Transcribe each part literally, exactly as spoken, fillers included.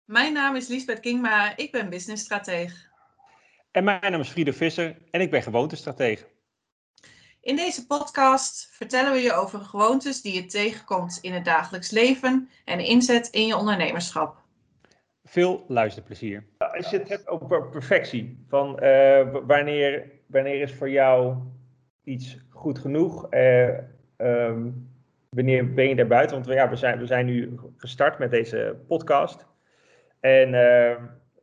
Mijn naam is Liesbeth Kingma, ik ben businessstrateeg. En mijn naam is Friede Visser en ik ben gewoontestratege. In deze podcast vertellen we je over gewoontes die je tegenkomt in het dagelijks leven en inzet in je ondernemerschap. Veel luisterplezier. Als je het hebt over perfectie, van uh, wanneer, wanneer is voor jou iets goed genoeg? Uh, um, wanneer ben je daar buiten? Want we, ja, we, zijn, we zijn nu gestart met deze podcast. En uh,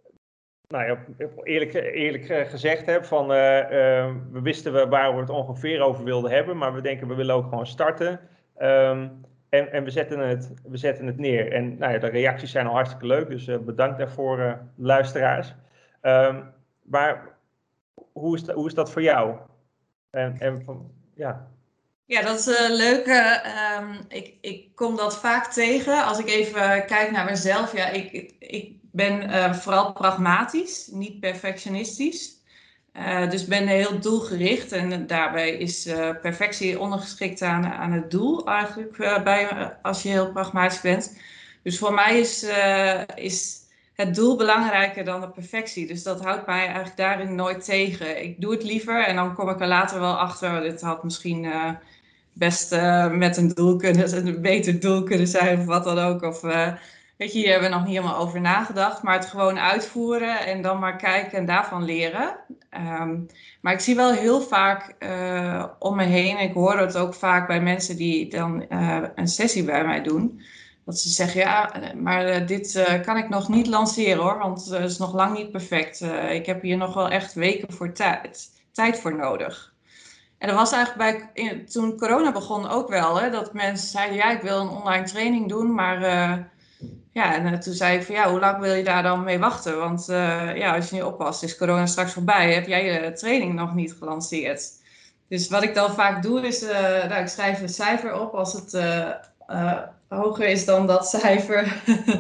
nou ja, eerlijk, eerlijk gezegd heb van uh, uh, we wisten waar we het ongeveer over wilden hebben, maar we denken we willen ook gewoon starten. Um, en, en we, zetten het, we zetten het neer. En nou ja, de reacties zijn al hartstikke leuk, dus uh, bedankt daarvoor, uh, luisteraars. Um, maar hoe is, dat, hoe is dat voor jou? En, en van, ja. Ja, dat is een leuke. Um, ik, ik kom dat vaak tegen. Als ik even kijk naar mezelf. Ja, ik, ik, ik ben uh, vooral pragmatisch, niet perfectionistisch. Uh, dus ben heel doelgericht en daarbij is uh, perfectie ondergeschikt aan, aan het doel eigenlijk uh, bij, uh, als je heel pragmatisch bent. Dus voor mij is, uh, is het doel belangrijker dan de perfectie. Dus dat houdt mij eigenlijk daarin nooit tegen. Ik doe het liever en dan kom ik er later wel achter. Dit had misschien uh, best uh, met een doel kunnen, een beter doel kunnen zijn of wat dan ook. Of uh, weet je, hier hebben we nog niet helemaal over nagedacht. Maar het gewoon uitvoeren en dan maar kijken en daarvan leren. Um, maar ik zie wel heel vaak uh, om me heen, ik hoor het ook vaak bij mensen die dan uh, een sessie bij mij doen, dat ze zeggen, ja, maar uh, dit uh, kan ik nog niet lanceren hoor, want het uh, is nog lang niet perfect. Uh, ik heb hier nog wel echt weken voor tijd, tijd voor nodig. En dat was eigenlijk bij, in, toen corona begon ook wel, hè, dat mensen zeiden, ja, ik wil een online training doen, maar uh, ja, en uh, toen zei ik van, ja, hoe lang wil je daar dan mee wachten? Want uh, ja, als je niet oppast, is corona straks voorbij, heb jij je training nog niet gelanceerd. Dus wat ik dan vaak doe, is, uh, nou, ik schrijf een cijfer op als het uh, uh, hoger is dan dat cijfer.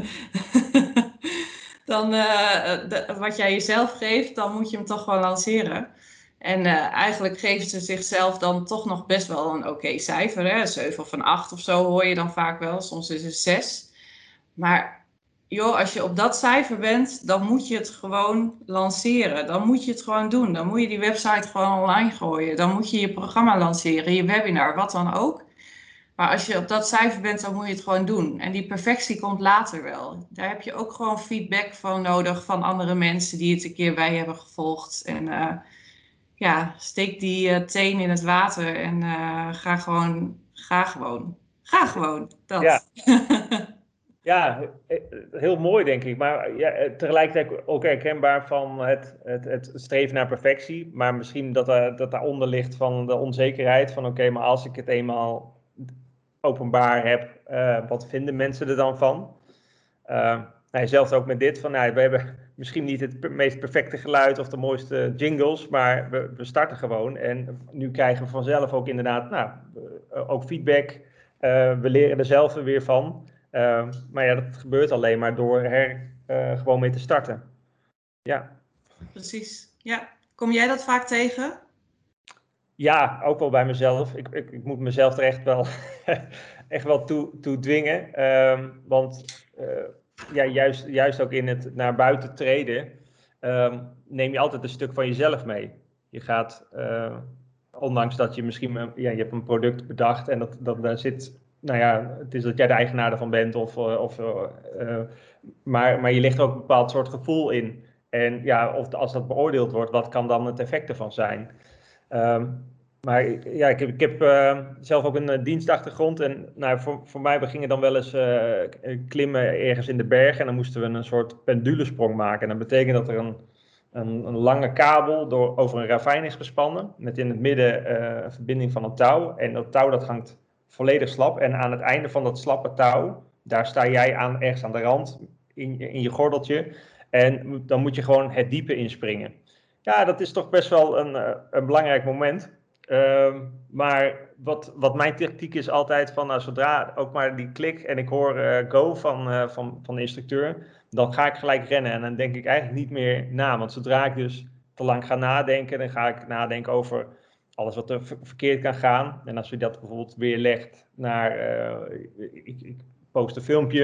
dan uh, de, wat jij jezelf geeft, dan moet je hem toch gewoon lanceren. En uh, eigenlijk geven ze zichzelf dan toch nog best wel een oké okay cijfer. Hè? zeven of een acht of zo hoor je dan vaak wel. Soms is het zes. Maar joh, als je op dat cijfer bent, dan moet je het gewoon lanceren. Dan moet je het gewoon doen. Dan moet je die website gewoon online gooien. Dan moet je je programma lanceren, je webinar, wat dan ook. Maar als je op dat cijfer bent, dan moet je het gewoon doen. En die perfectie komt later wel. Daar heb je ook gewoon feedback van nodig van andere mensen die het een keer bij hebben gevolgd. En uh, ja, steek die uh, teen in het water en uh, ga gewoon, ga gewoon. Ga gewoon, dat. Ja. Ja, heel mooi denk ik, maar ja, tegelijkertijd ook herkenbaar van het, het, het streven naar perfectie, maar misschien dat, er, dat daaronder ligt van de onzekerheid van oké, okay, maar als ik het eenmaal openbaar heb, uh, wat vinden mensen er dan van? Uh, nou, zelfs ook met dit, van nou, we hebben misschien niet het meest perfecte geluid of de mooiste jingles, maar we, we starten gewoon en nu krijgen we vanzelf ook inderdaad nou, ook feedback, uh, we leren er zelf weer van. Uh, maar ja, dat gebeurt alleen maar door er uh, gewoon mee te starten. Ja. Precies. Ja. Kom jij dat vaak tegen? Ja, ook wel bij mezelf. Ik, ik, ik moet mezelf er echt wel, echt wel toe, toe dwingen. Um, want uh, ja, juist, juist ook in het naar buiten treden, um, neem je altijd een stuk van jezelf mee. Je gaat, uh, ondanks dat je misschien, ja, je hebt een product bedacht en dat, dat daar zit, nou ja, het is dat jij de eigenaar ervan bent, of, of, uh, maar, maar je ligt er ook een bepaald soort gevoel in. En ja, of als dat beoordeeld wordt, wat kan dan het effect ervan zijn? Um, maar ja, ik heb, ik heb uh, zelf ook een uh, dienstachtergrond en nou, voor, voor mij, we gingen dan wel eens uh, klimmen ergens in de bergen en dan moesten we een soort pendulesprong maken. En dat betekent dat er een, een, een lange kabel door, over een ravijn is gespannen, met in het midden uh, een verbinding van een touw. En dat touw dat hangt volledig slap en aan het einde van dat slappe touw, daar sta jij aan, ergens aan de rand in, in je gordeltje en dan moet je gewoon het diepe inspringen. Ja, dat is toch best wel een, een belangrijk moment. Uh, maar wat, wat mijn tactiek is altijd van, nou, zodra ook maar die klik en ik hoor uh, go van, uh, van, van de instructeur, dan ga ik gelijk rennen en dan denk ik eigenlijk niet meer na. Want zodra ik dus te lang ga nadenken, dan ga ik nadenken over alles wat er verkeerd kan gaan. En als je dat bijvoorbeeld weer legt naar, uh, ik, ik post een filmpje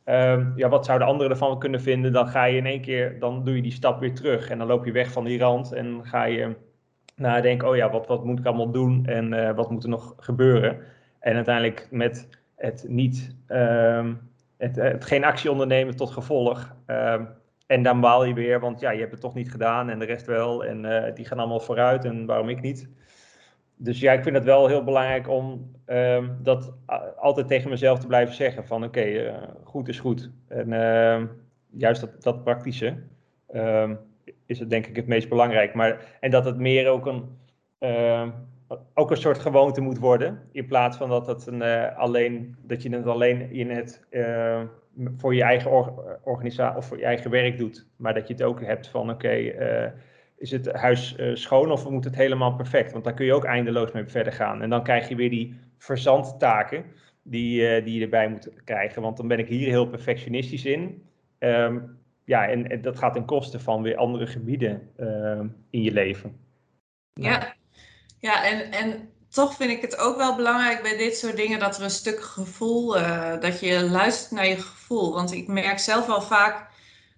Um, ja, wat zouden anderen ervan kunnen vinden? Dan ga je in één keer, dan doe je die stap weer terug. En dan loop je weg van die rand en ga je nadenken, oh ja, wat, wat moet ik allemaal doen en uh, wat moet er nog gebeuren? En uiteindelijk met het niet, um, het, het geen actie ondernemen tot gevolg. Um, en dan baal je weer, want ja, je hebt het toch niet gedaan en de rest wel. En uh, die gaan allemaal vooruit en waarom ik niet? Dus ja, ik vind het wel heel belangrijk om um, dat altijd tegen mezelf te blijven zeggen. Van oké, okay, uh, goed is goed. En uh, juist dat, dat praktische um, is het denk ik het meest belangrijk. Maar, en dat het meer ook een, uh, ook een soort gewoonte moet worden. In plaats van dat, het een, uh, alleen, dat je het alleen in het, uh, voor je eigen or organisatie of voor je eigen werk doet. Maar dat je het ook hebt van oké... Okay, uh, is het huis uh, schoon of moet het helemaal perfect? Want daar kun je ook eindeloos mee verder gaan. En dan krijg je weer die verzandtaken die, uh, die je erbij moet krijgen. Want dan ben ik hier heel perfectionistisch in. Um, ja, en, en dat gaat ten koste van weer andere gebieden uh, in je leven. Nou. Ja, ja en, en toch vind ik het ook wel belangrijk bij dit soort dingen dat er een stuk gevoel, uh, dat je luistert naar je gevoel. Want ik merk zelf wel vaak,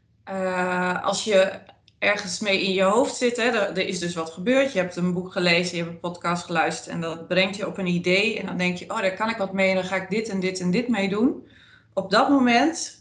uh, als je ergens mee in je hoofd zit, hè, er, er is dus wat gebeurd, je hebt een boek gelezen, je hebt een podcast geluisterd en dat brengt je op een idee en dan denk je, oh, daar kan ik wat mee en dan ga ik dit en dit en dit mee doen. Op dat moment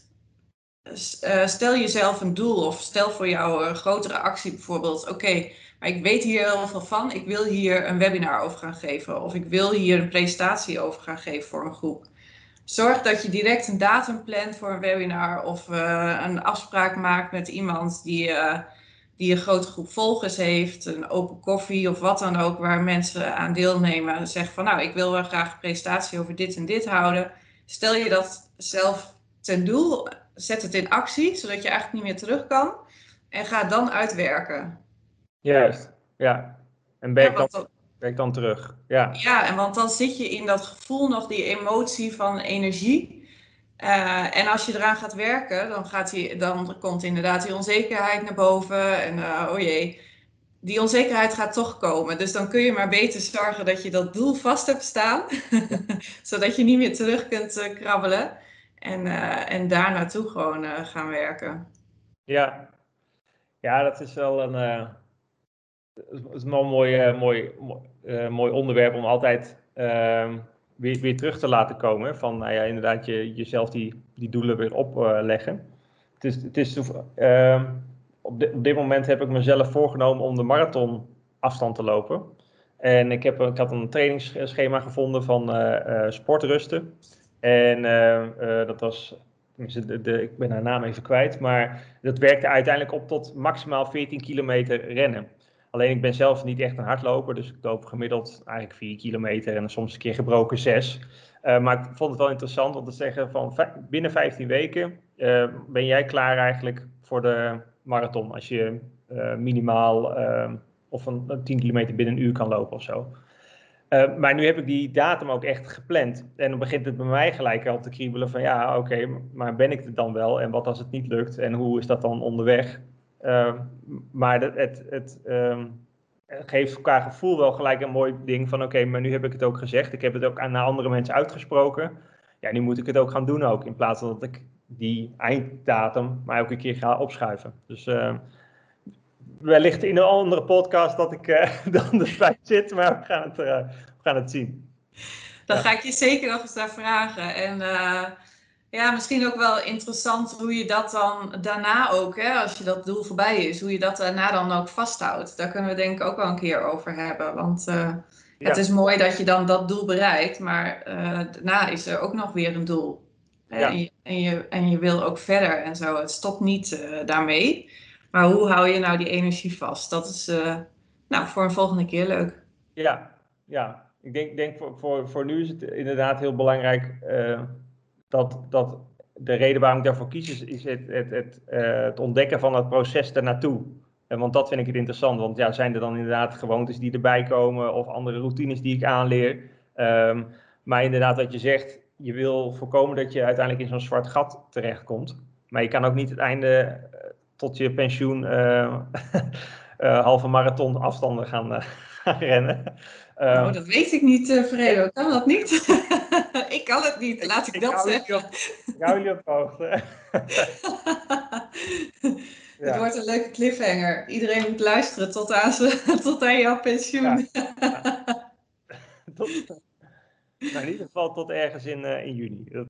uh, stel jezelf een doel of stel voor jou een grotere actie bijvoorbeeld, oké, okay, maar ik weet hier heel veel van, ik wil hier een webinar over gaan geven of ik wil hier een presentatie over gaan geven voor een groep. Zorg dat je direct een datum plant voor een webinar of uh, een afspraak maakt met iemand die, uh, die een grote groep volgers heeft, een open koffie of wat dan ook, waar mensen aan deelnemen. Zeg van nou, ik wil wel graag een presentatie over dit en dit houden. Stel je dat zelf ten doel, zet het in actie, zodat je eigenlijk niet meer terug kan en ga dan uitwerken. Juist, ja. En werk ja, dan, werk dan terug. Ja. Ja, en want dan zit je in dat gevoel nog, die emotie van energie. Uh, en als je eraan gaat werken, dan, gaat die, dan komt inderdaad die onzekerheid naar boven. En uh, oh jee, die onzekerheid gaat toch komen. Dus dan kun je maar beter zorgen dat je dat doel vast hebt staan. Zodat je niet meer terug kunt uh, krabbelen. En, uh, en daar naartoe gewoon uh, gaan werken. Ja. Ja, dat is wel een... Uh... Het is wel een mooi, uh, mooi, uh, mooi onderwerp om altijd uh, weer, weer terug te laten komen. Van nou ja, inderdaad je, jezelf die, die doelen weer opleggen. Uh, het is, het is, uh, op, dit, op dit moment heb ik mezelf voorgenomen om de marathon afstand te lopen. En ik, heb, ik had een trainingsschema gevonden van uh, uh, sportrusten. En uh, uh, dat was... De, de, ik ben haar naam even kwijt. Maar dat werkte uiteindelijk op tot maximaal veertien kilometer rennen. Alleen ik ben zelf niet echt een hardloper, dus ik loop gemiddeld eigenlijk vier kilometer en soms een keer gebroken zes. Uh, maar ik vond het wel interessant om te zeggen van binnen vijftien weken uh, ben jij klaar eigenlijk voor de marathon. Als je uh, minimaal uh, of een, een tien kilometer binnen een uur kan lopen of zo. Uh, maar nu heb ik die datum ook echt gepland. En dan begint het bij mij gelijk al te kriebelen van ja, oké, okay, maar ben ik het dan wel? En wat als het niet lukt? En hoe is dat dan onderweg? Uh, maar het, het, het um, geeft qua gevoel wel gelijk een mooi ding van oké, okay, maar nu heb ik het ook gezegd. Ik heb het ook aan naar andere mensen uitgesproken. Ja, nu moet ik het ook gaan doen ook. In plaats van dat ik die einddatum maar elke keer ga opschuiven. Dus uh, wellicht in een andere podcast dat ik uh, dan erbij zit, maar we gaan het, uh, we gaan het zien. Dan ga ik je zeker nog eens daar vragen. En uh, ja, misschien ook wel interessant hoe je dat dan daarna ook, hè, als je dat doel voorbij is, hoe je dat daarna dan ook vasthoudt. Daar kunnen we denk ik ook wel een keer over hebben. Want uh, ja. Het is mooi dat je dan dat doel bereikt, maar uh, daarna is er ook nog weer een doel. Hè? Ja. En, je, en, je, en je wil ook verder en zo. Het stopt niet uh, daarmee. Maar hoe hou je nou die energie vast? Dat is uh, nou, voor een volgende keer leuk. Ja, ja. Ik denk, denk voor, voor, voor nu is het inderdaad heel belangrijk uh, dat, dat de reden waarom ik daarvoor kies is, is het, het, het, uh, het ontdekken van het proces ernaartoe. En want dat vind ik het interessant, want ja, zijn er dan inderdaad gewoontes die erbij komen of andere routines die ik aanleer. Um, maar inderdaad wat je zegt, je wil voorkomen dat je uiteindelijk in zo'n zwart gat terechtkomt. Maar je kan ook niet het einde uh, tot je pensioen uh, uh, halve marathon afstanden gaan, uh, gaan rennen. Nou, dat weet ik niet, uh, Fredo. Kan dat niet? Ik kan het niet, laat ik, ik, dat hou jullie zeggen. op, ik hou jullie op de hoogte. Het Ja, wordt een leuke cliffhanger. Iedereen moet luisteren tot aan, ze, tot aan jouw pensioen. ja, ja. Tot, nou, in ieder geval tot ergens in, eh, in juni. Dat